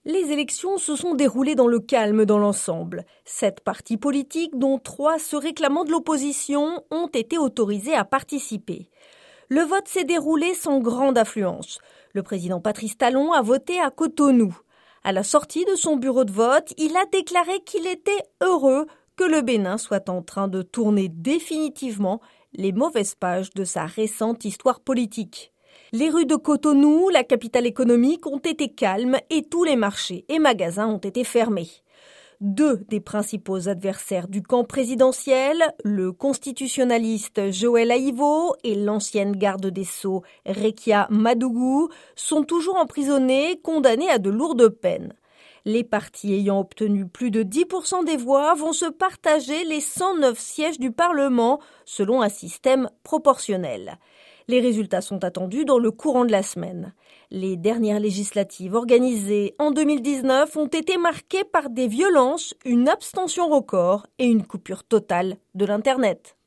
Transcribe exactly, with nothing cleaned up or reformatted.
Les élections se sont déroulées dans le calme dans l'ensemble. Sept partis politiques, dont trois se réclamant de l'opposition, ont été autorisés à participer. Le vote s'est déroulé sans grande affluence. Le président Patrice Talon a voté à Cotonou. À la sortie de son bureau de vote, il a déclaré qu'il était heureux que le Bénin soit en train de tourner définitivement les mauvaises pages de sa récente histoire politique. Les rues de Cotonou, la capitale économique, ont été calmes et tous les marchés et magasins ont été fermés. Deux des principaux adversaires du camp présidentiel, le constitutionnaliste Joël Aïvo et l'ancienne garde des Sceaux Rekia Madougou, sont toujours emprisonnés, condamnés à de lourdes peines. Les partis ayant obtenu plus de dix pour cent des voix vont se partager les cent neuf sièges du Parlement selon un système proportionnel. Les résultats sont attendus dans le courant de la semaine. Les dernières législatives organisées en deux mille dix-neuf ont été marquées par des violences, une abstention record et une coupure totale de l'Internet.